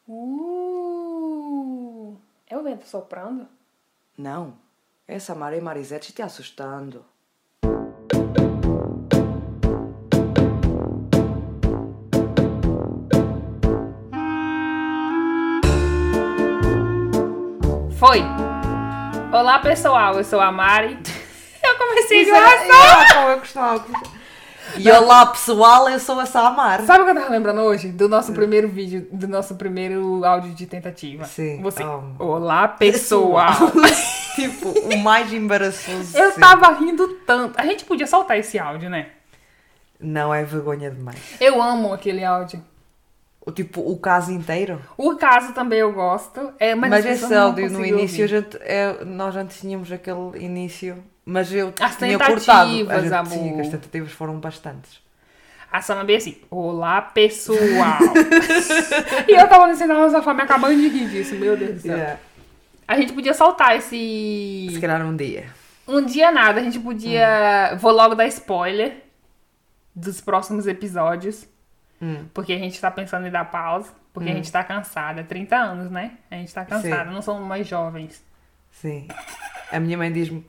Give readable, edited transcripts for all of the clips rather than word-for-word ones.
É o vento soprando? Não, é Samara e Marisete te assustando. Foi! Olá pessoal, eu sou a Mari. Eu comecei a engraçar. Eu costumava. E olá pessoal, eu sou a Samara. Sabe o que eu tava lembrando hoje? Do nosso primeiro vídeo, do nosso primeiro áudio de tentativa. Sim. Você. Olá pessoal. Tipo, o mais embaraçoso. Eu tava rindo tanto. A gente podia soltar esse áudio, né? Não, é vergonha demais. Eu amo aquele áudio. Tipo, o caso inteiro. O caso também eu gosto. Mas esse áudio no início, nós antes tínhamos aquele início, mas eu as tinha cortado. Amor. As tentativas foram bastantes. A Sama bem assim, olá pessoal. E eu tava ensinando essa forma acabando de rir disso, meu Deus do céu. Yeah. A gente podia soltar esse... Se calhar um dia. Um dia nada, a gente podia... Vou logo dar spoiler dos próximos episódios. Porque a gente tá pensando em dar pausa. Porque a gente tá cansada. 30 anos, né? A gente tá cansada, não somos mais jovens. Sim. A minha mãe diz-me: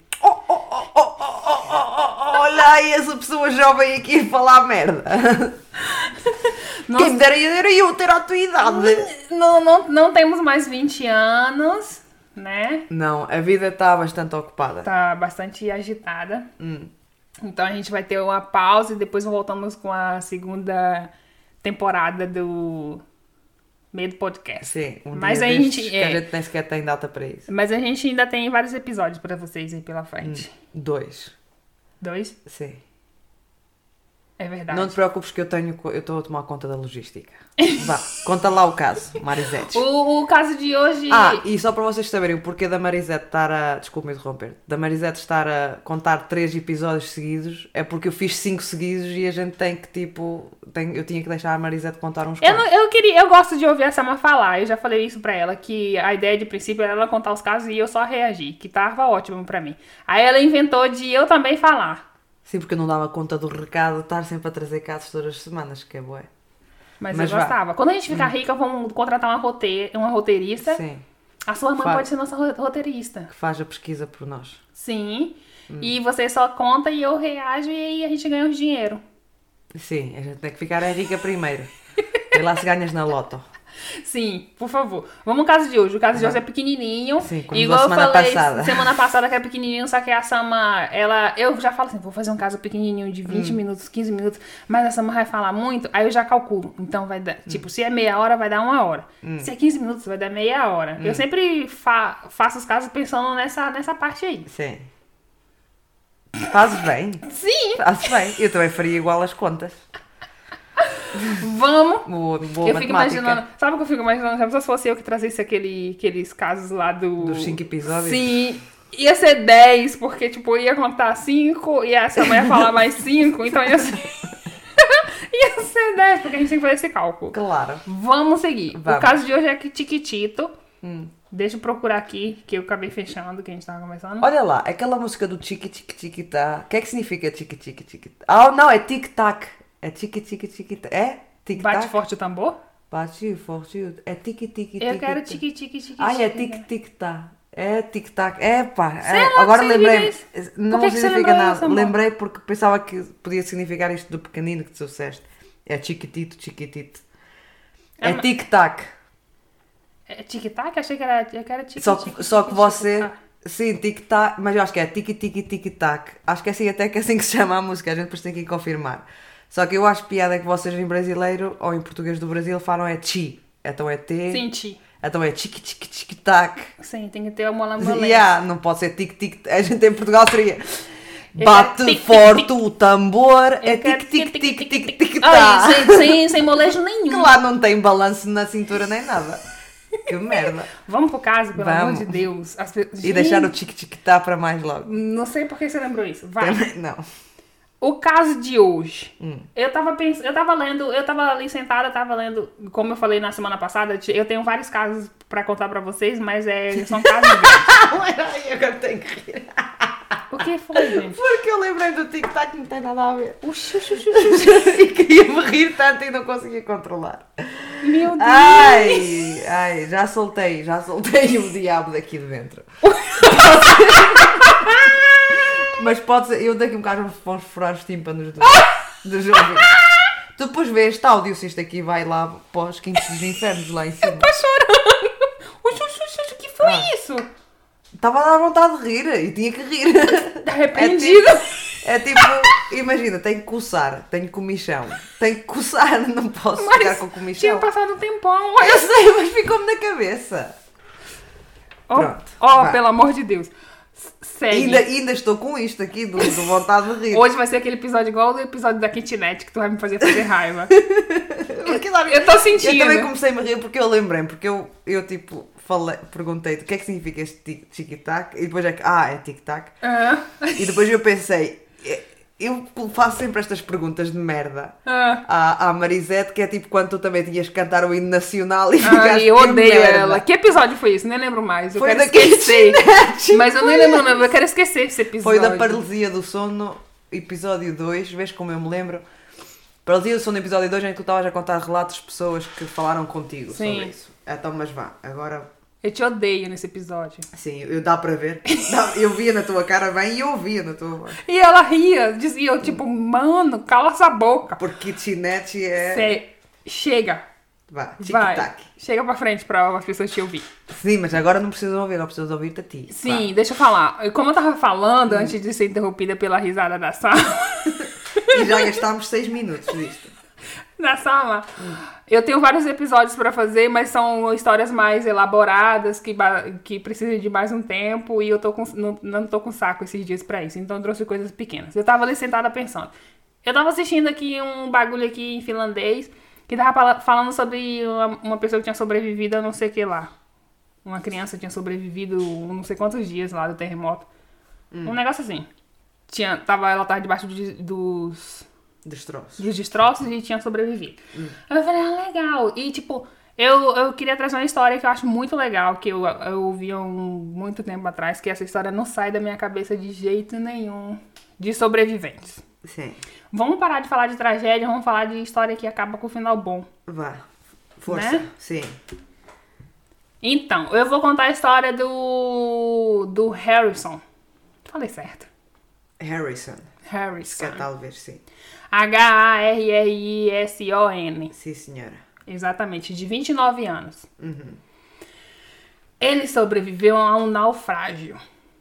olha aí essa pessoa jovem aqui a falar merda. Quem me dera eu ter a tua idade. Não temos mais 20 anos, né? Não, a vida está bastante ocupada. Tá bastante agitada. Então a gente vai ter uma pausa e depois voltamos com a segunda temporada do meio do podcast. Sim, Mas dia a gente que a gente nem sequer tem data para isso. Mas a gente ainda tem vários episódios para vocês aí pela frente. 2. 2? Sim. É verdade. Não te preocupes que eu estou a tomar conta da logística. Vá, conta lá o caso, Marisete. O caso de hoje... E só para vocês saberem o porquê da Marisete estar a... Desculpe-me interromper. Da Marisete estar a contar 3 episódios seguidos é porque eu fiz 5 seguidos e a gente tem que, tipo... Eu tinha que deixar a Marisete contar uns quantos. Eu gosto de ouvir a Sama falar. Eu já falei isso pra ela, que a ideia de princípio era ela contar os casos e eu só reagir, que tava ótimo pra mim. Aí ela inventou de eu também falar. Sim, porque eu não dava conta do recado, estar sempre a trazer casos todas as semanas, que é bué. Mas eu gostava. Quando a gente ficar rica, vamos contratar uma roteirista. Sim. A sua mãe pode ser nossa roteirista. Que faz a pesquisa por nós. Sim. E você só conta e eu reajo e aí a gente ganha o dinheiro. Sim, a gente tem que ficar rica primeiro. E lá se ganhas na loto. Sim, por favor. Vamos ao caso de hoje. O caso de hoje é pequenininho. Sim, como igual semana eu falei passada. Semana passada que é pequenininho, só que a Sama, eu já falo assim, vou fazer um caso pequenininho de 20 minutos, 15 minutos, mas a Sama vai falar muito, aí eu já calculo. Então vai dar, tipo, se é meia hora, vai dar 1 hora. Se é 15 minutos, vai dar meia hora. Eu sempre faço os casos pensando nessa parte aí. Sim. Fazes bem. Sim! Fazes bem. Eu também faria igual as contas. Vamos! Boa eu fico imaginando. Sabe o que eu fico imaginando? Se fosse eu que trazesse aqueles casos lá dos 5 episódios? Sim. Ia ser 10, porque, tipo, eu ia contar 5 e essa mãe ia falar mais 5, então ia ser... ia ser 10, porque a gente tem que fazer esse cálculo. Claro. Vamos seguir. Vamos. O caso de hoje é que Tiquitito. Deixa eu procurar aqui, que eu acabei fechando, que a gente tava conversando. Olha lá, aquela música do Tiqui-Tiqui-Tiqui-Tá. O que é que significa Tiqui-Tiqui-Tiqui-Tá? Ah, não, é tic-tac. É tic-tic-tic-tac. É? Tic-tac? Bate forte o tambor? Bate forte. É tic-tic-tic. Eu quero tic-tic-tic-tic. Ah, é tic-tic-tá. É tic-tac. É pá. Sei Agora lá, lembrei. Não Por que significa nada. isso, amor? Lembrei porque pensava que podia significar isto do pequenino que tu disseste. É chiquitito, chiquitito. É tic-tac. É tic-tac? Achei que era tic-tic. Só que você... Sim, tic-tac, mas eu acho que é tic-tic-tic-tac. Acho que é assim, até que é assim que se chama a música, a gente depois tem que ir confirmar. Só que eu acho piada que vocês em brasileiro ou em português do Brasil falam é chi. Então é T. Sim, chi. Então é tic-tic-tic-tac. Sim, tem que ter uma lambolência. Yeah, não pode ser tic-tic. A gente em Portugal seria... Bate forte o tambor, é tic-tic-tic-tic-tic-tac. Sem molejo nenhum. Que lá não tem balanço na cintura nem nada. Que merda. Vamos pro caso, pelo amor de Deus. E deixar o tic-tic-tá para mais logo. Não sei por que você lembrou isso. Vai. Também não. O caso de hoje. Eu tava ali sentada, tava lendo, como eu falei na semana passada, eu tenho vários casos pra contar pra vocês, mas são casos grandes. Peraí, agora tenho que rir. O que foi, gente? Porque eu lembrei do tic-tac, não tem nada a ver. Uxi. E queria-me rir tanto e não conseguia controlar. Meu Deus! Ai, já soltei o diabo daqui de dentro. Mas pode ser, eu daqui a um bocado vamos furar os tímpanos dos ouvintes. Tu depois vês este áudio, se isto aqui vai lá para os quintos dos infernos lá em cima. Tô chorando. O que foi isso? Estava a dar vontade de rir e tinha que rir. Arrependido. É tipo, imagina, tenho que coçar, tenho comichão. Tenho que coçar, não posso ficar com comichão. Tinha passado um tempão. Eu sei, mas ficou-me na cabeça. Pronto. Pelo amor de Deus. Segue. Ainda estou com isto aqui, do vontade de rir. Hoje vai ser aquele episódio igual o episódio da kitnet, que tu vai me fazer raiva. Eu tô sentindo. Eu também comecei a me rir porque eu lembrei, porque eu tipo, perguntei-te o que é que significa este tic-tac, e depois é tic-tac. E depois eu pensei, eu faço sempre estas perguntas de merda à Marisete, que é tipo quando tu também tinhas que cantar o hino nacional e ficaste eu odeio ela. Que episódio foi isso? Nem lembro mais. Eu foi quero esquecer. Mas eu nem lembro mesmo, eu quero esquecer esse episódio. Foi da paralisia do sono, episódio 2, vês como eu me lembro? Paralisia do sono, episódio 2, em que tu estavas a contar relatos de pessoas que falaram contigo sobre isso. Então, mas vá, agora... Eu te odeio nesse episódio. Sim, dá para ver. Eu via na tua cara bem e eu ouvia na tua voz. E ela ria, dizia eu tipo, mano, cala essa boca. Porque kitnet é... Chega. Vá, tic-tac. Chega pra frente pra as pessoas te ouvir. Sim, mas agora não precisam ouvir, agora precisam ouvir-te a ti. Sim, vá. Deixa eu falar. Como eu tava falando, antes de ser interrompida pela risada da Sama... E já gastámos 6 minutos disto. Na Sama, eu tenho vários episódios pra fazer, mas são histórias mais elaboradas, que precisam de mais um tempo, e eu não tô com saco esses dias pra isso, então eu trouxe coisas pequenas. Eu tava ali sentada pensando. Eu tava assistindo aqui um bagulho aqui em finlandês, que tava falando sobre uma pessoa que tinha sobrevivido a não sei o que lá. Uma criança tinha sobrevivido não sei quantos dias lá do terremoto. Um negócio assim. Ela tava debaixo dos destroços e tinha sobrevivido. Aí eu falei, legal. E tipo, eu queria trazer uma história que eu acho muito legal, que eu ouvi há muito tempo atrás, que essa história não sai da minha cabeça de jeito nenhum, de sobreviventes. Sim. Vamos parar de falar de tragédia, vamos falar de história que acaba com o final bom. Vá. Força. Né? Sim. Então, eu vou contar a história do Harrison. Falei certo. Harrison. Harrison. Talvez, sim. Harrison. Sim, senhora. Exatamente, de 29 anos. Ele sobreviveu a um naufrágio.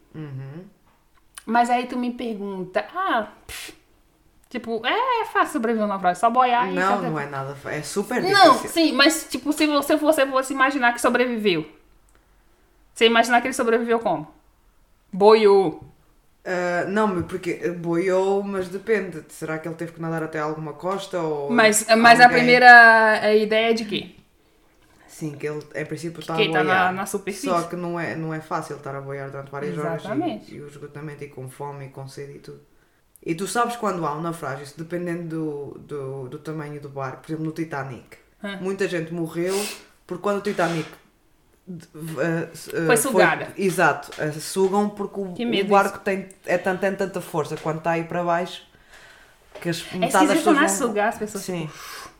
Mas aí tu me pergunta, tipo, é fácil sobreviver a um naufrágio, só boiar e... Não é nada fácil, é super difícil. Não, sim, mas tipo, se você fosse imaginar que sobreviveu, você imaginar que ele sobreviveu como? Boiou. Não, porque boiou, mas depende. Será que ele teve que nadar até alguma costa? Ou mas a primeira ideia é de quê? Sim, que ele em princípio está a boiar. Tá na superfície. Só que não é fácil estar a boiar durante várias horas e o esgotamento e com fome e com sede e tudo. E tu sabes quando há um naufrágio, dependendo do tamanho do barco, por exemplo no Titanic, muita gente morreu porque quando o Titanic foi sugada. Exato, sugam porque o barco tem tanta força quando está aí para baixo que metade das pessoas vão sugar as pessoas. Sim.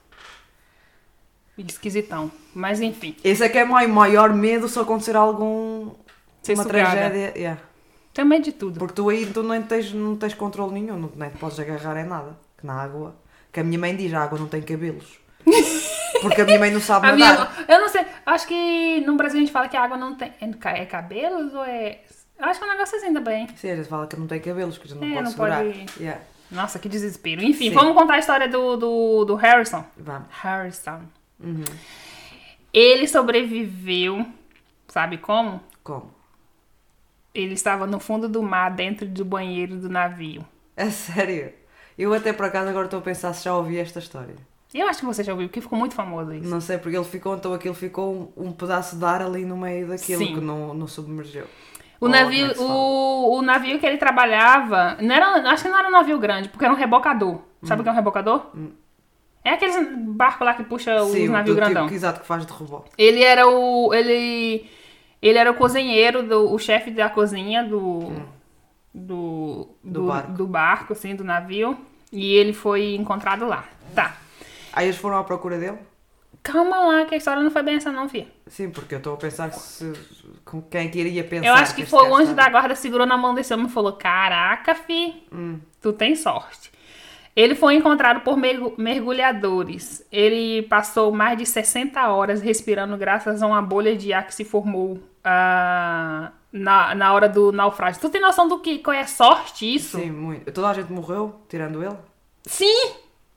Esquisitão, mas enfim. Esse é que é o maior medo se acontecer uma tragédia. Yeah. Tem medo de tudo. Porque tu não tens controle nenhum, nem te podes agarrar em nada. Que na água, que a minha mãe diz, a água não tem cabelos. Porque a minha mãe não sabe nadar. Eu não sei, acho que no Brasil a gente fala que a água não tem... É cabelos ou é... Eu acho que é um negócio assim também. Sim, a gente fala que não tem cabelos, que a gente não pode segurar. Yeah. Nossa, que desespero. Enfim, vamos contar a história do Harrison. Vamos. Harrison. Ele sobreviveu, sabe como? Como? Ele estava no fundo do mar, dentro do banheiro do navio. É sério? Eu até por acaso agora estou a pensar se já ouvi esta história. Eu acho que você já ouviu, porque ficou muito famoso isso. Não sei, porque aquilo ficou um pedaço de ar ali no meio daquilo. Sim. Que não submergeu. O navio que ele trabalhava, acho que não era um navio grande, porque era um rebocador. Sabe o que é um rebocador? É aqueles barcos lá que puxa os navios grandão. Tipo, exato, que faz de reboque. Ele era o cozinheiro, o chefe da cozinha do barco, assim, do navio. E ele foi encontrado lá. Tá. Aí eles foram à procura dele? Calma lá, que a história não foi bem essa não, filha. Sim, porque eu estou a pensar com quem que iria pensar. Eu acho que foi o anjo da guarda segurou na mão desse homem e falou, caraca, fi, tu tem sorte. Ele foi encontrado por mergulhadores. Ele passou mais de 60 horas respirando graças a uma bolha de ar que se formou na hora do naufrágio. Tu tem noção do que qual é sorte isso? Sim, muito. Toda a gente morreu, tirando ele? Sim!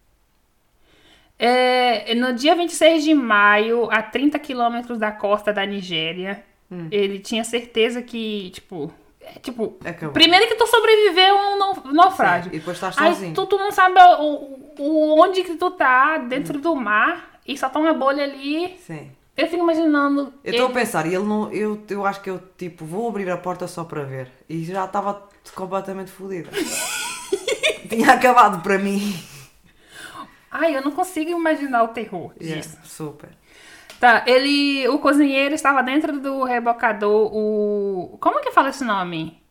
No dia 26 de maio, a 30 quilômetros da costa da Nigéria, ele tinha certeza que, Acabou. primeiro que tu sobreviveu a um naufrágio. Sim, e depois estás Aí sozinho. tu não sabe onde que tu tá, dentro do mar, e só tá uma bolha ali. Sim. Eu fico imaginando... Eu estou a pensar, e ele não, eu acho que eu, tipo, vou abrir a porta só para ver. E já estava completamente fodida. Tinha acabado para mim. Ai, eu não consigo imaginar o terror disso. Super. Tá, o cozinheiro estava dentro do rebocador, como é que fala esse nome?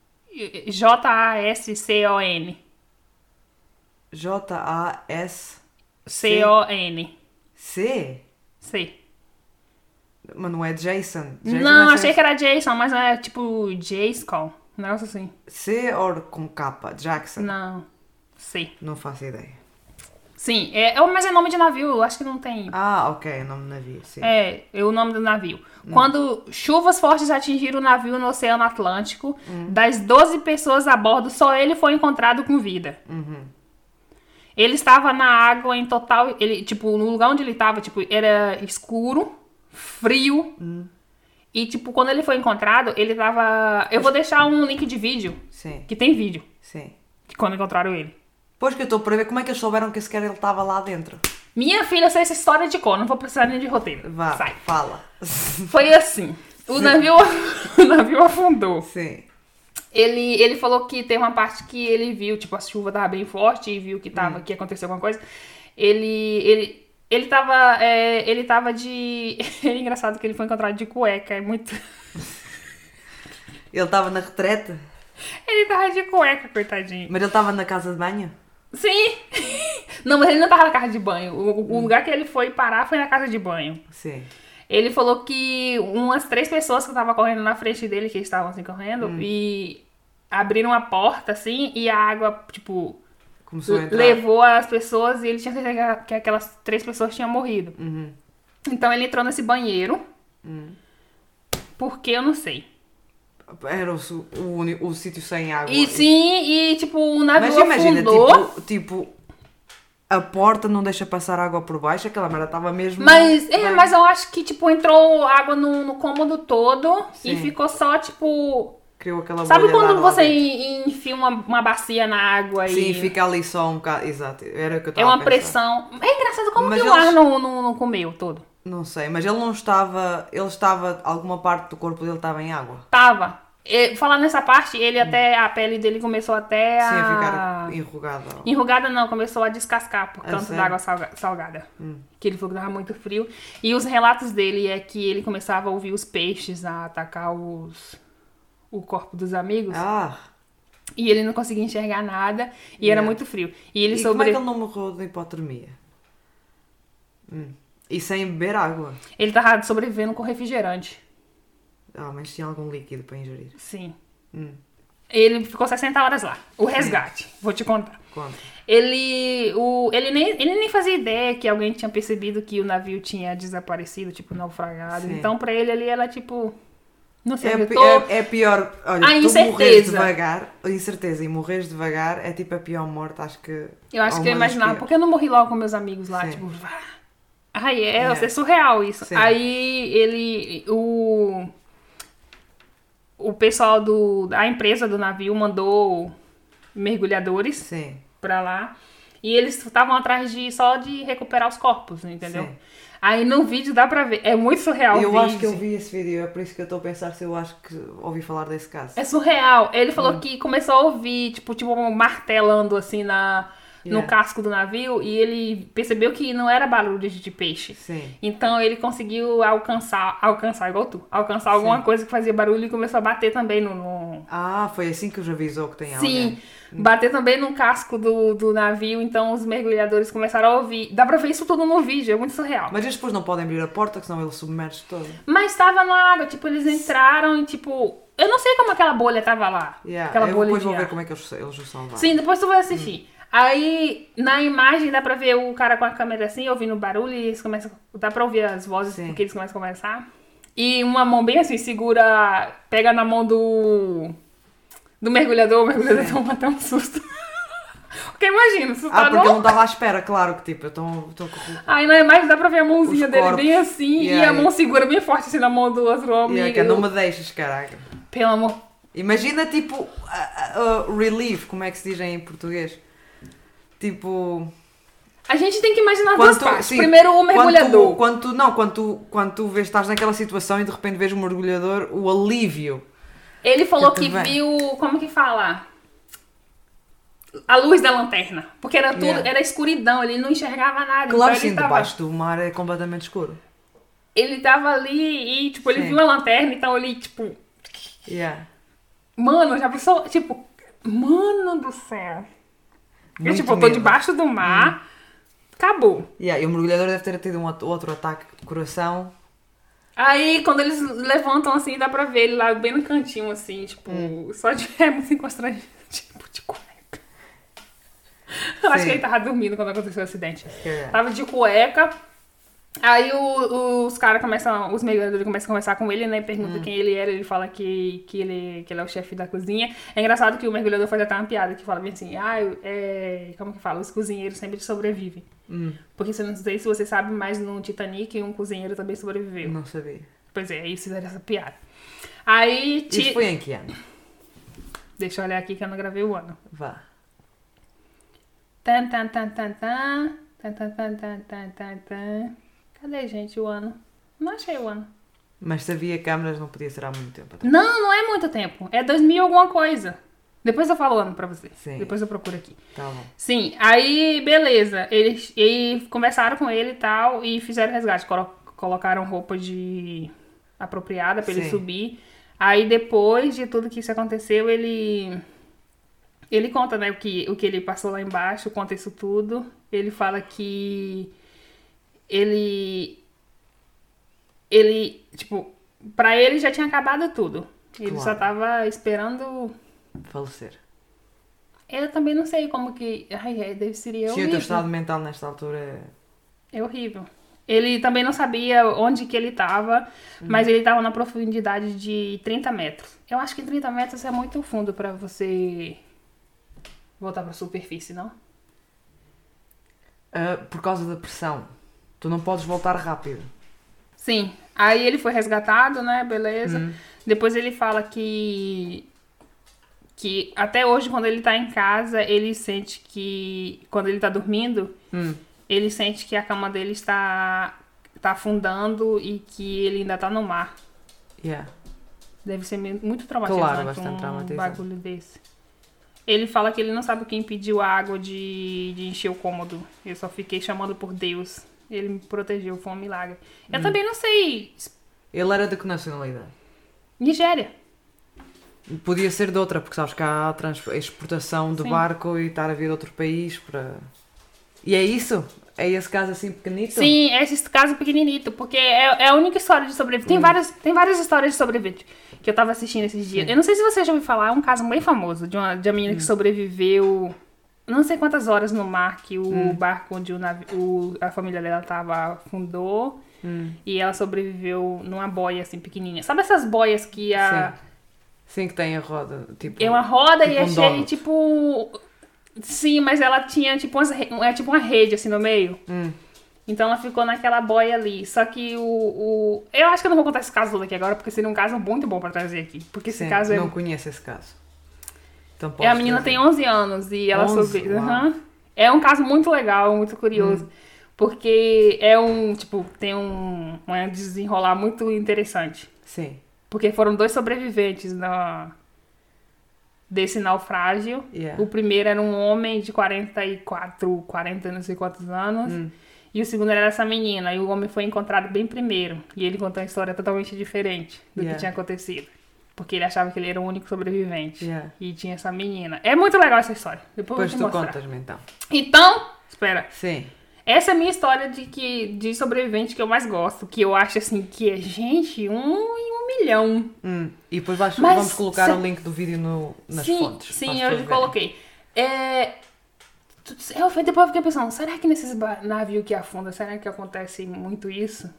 Jascon. J-A-S... C-O-N. C? C. Mas não é Jason. Não, achei que era Jason, mas é tipo Jascon. Um negócio assim. C ou com capa? Jackson? Não. C. Não faço ideia. Sim, mas é nome de navio, eu acho que não tem. Ah, ok, nome do navio, sim. É o nome do navio. Quando chuvas fortes atingiram o navio no Oceano Atlântico, das 12 pessoas a bordo, só ele foi encontrado com vida. Ele estava na água em total... no lugar onde ele estava, era escuro, frio. E, quando ele foi encontrado, ele tava... Eu vou deixar um link de vídeo. Sim. Que tem vídeo. Sim. De quando encontraram ele. Pois que eu estou para ver como é que eles souberam que sequer ele estava lá dentro. Minha filha, eu sei essa história de cor, não vou precisar nem de roteiro. Vá, Sai. fala. Foi assim. O navio afundou. Sim. Ele falou que tem uma parte que ele viu, a chuva tava bem forte e viu que que aconteceu alguma coisa. Ele tava de... É engraçado que ele foi encontrado de cueca, é muito... Ele estava na retrete? Ele tava de cueca, coitadinho. Mas ele estava na casa de banho? Sim! Não, mas ele não tava na casa de banho. O lugar que ele foi parar foi na casa de banho. Sim. Ele falou que umas 3 pessoas que estavam correndo na frente dele, que estavam assim correndo, e abriram a porta assim, e a água, começou a entrar. levou as pessoas e ele tinha certeza que aquelas 3 pessoas tinham morrido. Então ele entrou nesse banheiro. Porque eu não sei. Era o sítio sem água. E sim, o navio Mas imagina, afundou. A porta não deixa passar água por baixo, aquela merda estava mesmo... Mas eu acho que, entrou água no cômodo todo. Sim. E ficou só, Criou aquela sabe bolha de quando ar lá você dentro. enfia uma bacia na água Sim, e... fica ali só um bocado... Exato, era o que eu É estava a uma pensar. pressão... É engraçado como Mas que o ar eles- não comeu todo. Não sei, mas ele não estava... Ele estava... Alguma parte do corpo dele estava em água. Tava. Falando nessa parte, ele até... A pele dele começou até Sim, a a... ficar enrugado. Enrugada não, começou a descascar por canto sério? da água salgada. Que ele falou que tava muito frio. E os relatos dele é que ele começava a ouvir os peixes a atacar o corpo dos amigos. Ah! E ele não conseguia enxergar nada. E era muito frio. E ele Como é que ele não morreu de hipotermia? E sem beber água? Ele tava sobrevivendo com refrigerante. Ah, mas tinha algum líquido para ingerir. Sim. Ele ficou 60 horas lá. O resgate, vou te contar. Conta. Ele nem fazia ideia que alguém tinha percebido que o navio tinha desaparecido, naufragado. Sim. Então, pra ele ali, era não sei, É pior... Olha, A tu incerteza. morres devagar... A incerteza e morres devagar é a pior morte, acho que... Eu acho ou que eu uma das imaginava, piores. porque eu não morri logo com meus amigos lá, Sim. Ai, Yeah. é surreal isso. Sim. Aí o pessoal da empresa do navio mandou mergulhadores Sim. pra lá. E eles estavam atrás só de recuperar os corpos, entendeu? Sim. Aí no vídeo dá pra ver. É muito surreal o Eu vídeo. acho que eu vi esse vídeo, é por isso que eu estou a pensar se eu acho que ouvi falar desse caso. É surreal. Ele falou que começou a ouvir, martelando assim no casco do navio e ele percebeu que não era barulho de peixe. Sim. Então ele conseguiu alcançar igual tu, alcançar alguma coisa que fazia barulho e começou a bater também no... Ah, foi assim que os avisou que tem alguém. Sim, bater também no casco do navio, então os mergulhadores começaram a ouvir. Dá pra ver isso tudo no vídeo, é muito surreal. Mas eles depois não podem abrir a porta, que senão ele submerge todo. Mas tava na água, tipo, eles entraram e tipo... Eu não sei como aquela bolha tava lá. Aquela eu bolha depois de vou ar. ver como é que eles o salvaram. Sim, depois tu vai assistir. Aí, na imagem, dá pra ver o cara com a câmera assim, ouvindo barulho, e eles começam... Dá pra ouvir as vozes, porque eles começam a conversar. E uma mão bem assim, segura... Pega na mão do mergulhador, o mergulhador toma até um susto. Porque imagina, se tá porque eu não estava à espera, claro que tipo, eu estou com... Aí na imagem dá pra ver a mãozinha dele bem assim, e a mão segura bem forte assim na mão do outro homem. Que não me deixes, caraca. Pelo amor. Imagina tipo, relief, como é que se diz em português? Tipo... A gente tem que imaginar duas partes. Sim, primeiro o mergulhador. Quando tu vês, estás naquela situação e de repente vês o mergulhador, o alívio. Ele falou que viu, como que fala? A luz da lanterna. Porque era tudo, era escuridão, ele não enxergava nada. Claro, então sim, debaixo do mar é completamente escuro. Ele tava ali e, tipo, ele viu a lanterna, então ele, tipo... Mano, já pensou, tipo... Mano do céu. Eu, tipo, eu tô debaixo do mar, acabou. E o mergulhador deve ter tido um outro ataque de coração. Aí, quando eles levantam, assim, dá pra ver ele lá bem no cantinho, assim, tipo... Só de muito constrangido, tipo, de cueca. Eu acho que ele tava dormindo quando aconteceu o acidente. Tava de cueca. Aí os caras começam, os mergulhadores começam a conversar com ele, né? Pergunta quem ele era, ele fala que ele é o chefe da cozinha. É engraçado que o mergulhador faz até uma piada que fala bem assim, como que fala? Os cozinheiros sempre sobrevivem. Porque eu não sei se você sabe, mas no Titanic um cozinheiro também sobreviveu. Não sabia. Pois é, aí fizeram essa piada. Aí... Isso foi em que ano? Deixa eu olhar aqui que eu não gravei o ano. Vá. Cadê, gente, o ano? Não achei o ano. Mas se havia câmeras, não podia ser há muito tempo atrás. Não é muito tempo. É 2000 alguma coisa. Depois eu falo o ano pra você. Sim. Depois eu procuro aqui. Tá bom. Sim, aí, beleza. Eles conversaram com ele e tal, e fizeram resgate. Colocaram roupa apropriada pra ele subir. Aí, depois de tudo que isso aconteceu, ele conta, né, o que ele passou lá embaixo, conta isso tudo. Ele fala que ele tipo, pra ele já tinha acabado tudo. Ele só tava esperando falecer. Eu também não sei como que... seria horrível. Sim, o teu estado mental nesta altura é horrível. Ele também não sabia onde que ele tava, mas ele tava na profundidade de 30 metros. Eu acho que 30 metros é muito fundo pra você voltar pra superfície, não? Por causa da pressão. Tu não podes voltar rápido. Sim. Aí ele foi resgatado, né? Beleza. Depois ele fala que até hoje, quando ele tá em casa, ele sente que... Quando ele tá dormindo, ele sente que a cama dele está afundando e que ele ainda tá no mar. Deve ser muito traumatizante. Claro, bastante traumatizante. Bagulho desse. Ele fala que ele não sabe o que impediu a água de encher o cômodo. Eu só fiquei chamando por Deus. Ele me protegeu, foi um milagre. Eu também não sei. Ele era de que nacionalidade? Nigéria. Podia ser de outra, porque sabes que há exportação de barco e estar a vir de outro país para... E é isso? É esse caso assim pequenito? Sim, é esse caso pequenininho, porque é a única história de sobrevivente. Tem várias histórias de sobrevivente que eu tava assistindo esses dias. Eu não sei se você já ouviu falar, é um caso bem famoso de uma menina que sobreviveu não sei quantas horas no mar, que o barco onde a família dela tava afundou e ela sobreviveu numa boia assim pequenininha. Sabe essas boias que Sim, que tem a roda. Tipo, é uma roda tipo e é cheia, tipo... Sim, mas ela tinha tipo uma rede assim no meio. Então ela ficou naquela boia ali. Só que eu acho que eu não vou contar esse caso todo aqui agora, porque seria um caso muito bom pra trazer aqui. Porque esse caso não conheço esse caso. Então a menina tem 11 anos e ela sobreviveu. É um caso muito legal, muito curioso. Porque tem um desenrolar muito interessante. Sim. Porque foram 2 sobreviventes desse naufrágio. Yeah. O primeiro era um homem de 40, não sei quantos anos. E o segundo era essa menina. E o homem foi encontrado bem primeiro. E ele contou uma história totalmente diferente do que tinha acontecido. Porque ele achava que ele era o único sobrevivente. Yeah. E tinha essa menina. É muito legal essa história. Depois tu contas-me então. Então, espera. Sim. Essa é a minha história de sobrevivente que eu mais gosto. Que eu acho assim que é, gente, 1 em 1 milhão. E depois vamos colocar o link do vídeo nas fontes. Sim, eu já coloquei. Depois eu fiquei pensando, será que nesses navios que afundam, será que acontece muito isso?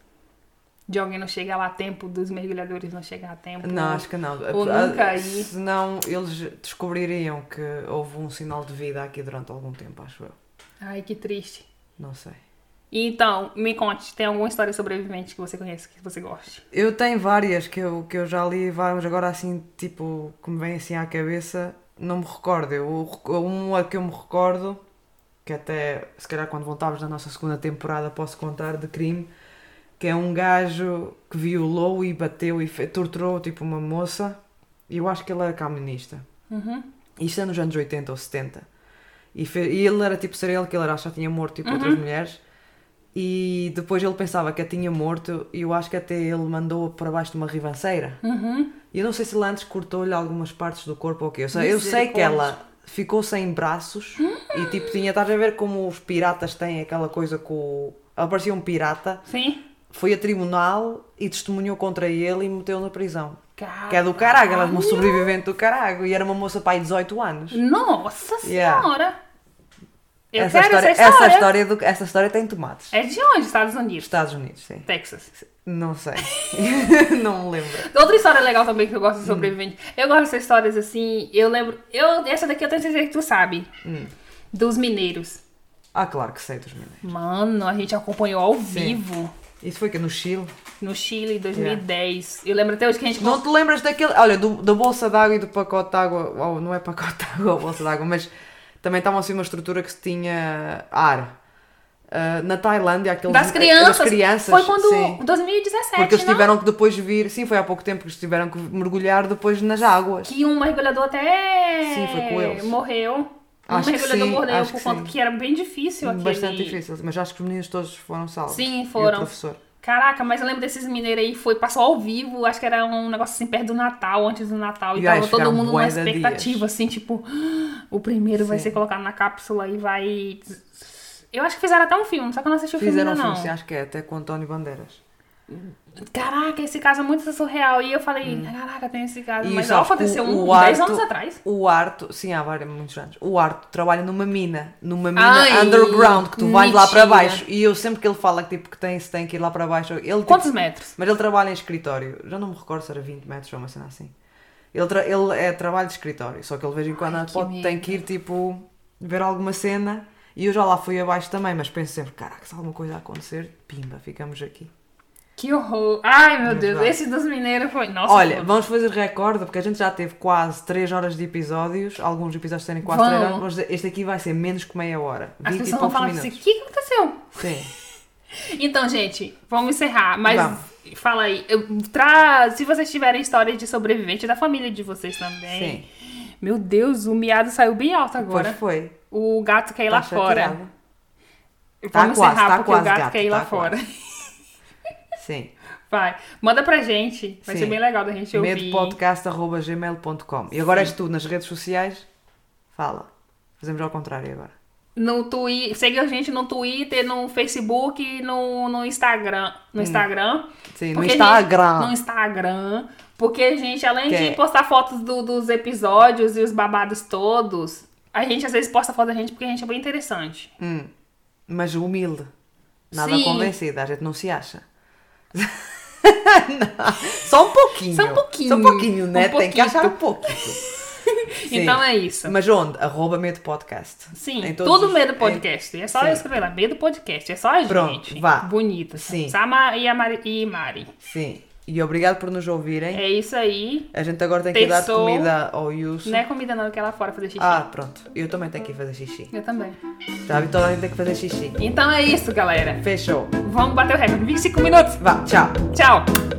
De alguém não chegar lá a tempo, dos mergulhadores não chegar a tempo? Não, acho que não. Ou nunca ir. Senão eles descobririam que houve um sinal de vida aqui durante algum tempo, acho eu. Ai, que triste. Não sei. Então, me conte, tem alguma história sobrevivente que você conhece, que você goste? Eu tenho várias que eu já li, mas agora assim, tipo, que me vem assim à cabeça, não me recordo. Uma que eu me recordo, que até, se calhar quando voltarmos na nossa segunda temporada posso contar, de crime, que é um gajo que violou e bateu e torturou, tipo, uma moça, e eu acho que ele era camionista. Isto é nos anos 80 ou 70. E ele era tipo serial killer, acho que já tinha morto tipo outras mulheres. E depois ele pensava que a tinha morto e eu acho que até ele mandou para baixo de uma ribanceira. E eu não sei se ele antes cortou-lhe algumas partes do corpo ou o quê. Eu sei que ela ficou sem braços e tipo estás a ver como os piratas têm aquela coisa com... Ela parecia um pirata. Sim. Foi a tribunal e testemunhou contra ele e meteu-o na prisão. Caralho. Que é do caralho, ela é uma sobrevivente do caralho. E era uma moça pai de 18 anos. Nossa Senhora! Essa história tem tomates. É de onde? Estados Unidos? Estados Unidos, sim. Texas? Não sei. Não me lembro. Outra história legal também que eu gosto de sobrevivente. Eu gosto dessas histórias assim, eu lembro... Essa daqui eu tenho certeza que tu sabe. Dos mineiros. Ah, claro que sei dos mineiros. Mano, a gente acompanhou ao vivo. Isso foi que no Chile? No Chile, em 2010. Eu lembro até hoje que a gente... Não te lembras daquele... Olha, da bolsa d'água e do pacote d'água... Oh, não é pacote d'água ou bolsa d'água, mas... Também estava assim uma estrutura que tinha ar. Na Tailândia, aqueles... Das crianças. Foi quando... Sim. 2017, porque eles tiveram que depois vir... Sim, foi há pouco tempo que eles tiveram que mergulhar depois nas águas. Que um mergulhador até... Sim, foi com eles. Morreu. Acho mergulhador morreu por conta que era bem difícil aquele... Bastante difícil, mas acho que os meninos todos foram salvos. Sim, foram. E o professor. Caraca, mas eu lembro desses mineiros aí, passou ao vivo, acho que era um negócio assim perto do Natal, antes do Natal, e tava todo mundo numa expectativa, assim, tipo, o primeiro vai ser colocado na cápsula e vai... Eu acho que fizeram até um filme, só que eu não assisti o filme ainda não. Fizeram um filme, acho que é, até com António Bandeiras. Caraca, esse caso é muito surreal. E eu falei, caraca, tem esse caso. E mas aconteceu 10 anos atrás. O Arto, sim, há muitos anos. O Arto trabalha numa mina underground, que tu vais lá para baixo. E eu sempre que ele fala que, tipo, que se tem que ir lá para baixo. Quantos metros? Mas ele trabalha em escritório. Já não me recordo se era 20 metros ou uma cena assim. Ele é trabalho de escritório. Só que ele de vez em quando tem que ir, tipo, ver alguma cena. E eu já lá fui abaixo também. Mas penso sempre, caraca, se alguma coisa acontecer, pimba, ficamos aqui. Que horror! Ai, meu Deus, esse dos mineiros foi... Nossa, olha, vamos fazer recorde, porque a gente já teve quase 3 horas de episódios. Alguns episódios terem quase 3 horas. Vamos dizer, este aqui vai ser menos que meia hora. As pessoas vão falar assim, o que aconteceu? Sim. Então, gente, vamos encerrar. Mas fala aí, se vocês tiverem histórias de sobrevivente da família de vocês também. Sim. Meu Deus, o miado saiu bem alto agora. Foi. O gato quer ir lá fora. Vamos encerrar porque o gato quer ir lá fora. Sim. Vai. Manda pra gente. Vai ser bem legal da gente ouvir. medopodcast@gmail.com. E agora és tu nas redes sociais? Fala. Fazemos ao contrário agora. No Twitter, segue a gente no Twitter, no Facebook e no Instagram. No Instagram. Sim, no Instagram. No Instagram. Porque a gente, além de postar fotos dos episódios e os babados todos, a gente às vezes posta foto da gente porque a gente é bem interessante. Mas humilde. Nada convencida. A gente não se acha. Não. Só um pouquinho, né? Tem que achar um pouquinho. Então é isso. Mas onde? @Medo Podcast. Sim, tudo Medo Podcast. É só eu escrever lá, Medo Podcast. É só a gente. Pronto, vá. Bonita. Sim. Sama e Mari. Sim. E obrigado por nos ouvirem. É isso aí. A gente agora tem que dar comida ao Yuso. Não é comida não, que é lá fora fazer xixi. Ah, pronto. Eu também tenho que ir fazer xixi. Eu também. Sabe? Toda a gente tem que fazer xixi. Então é isso, galera. Fechou. Vamos bater o recorde. 25 minutos. Vá, tchau. Tchau.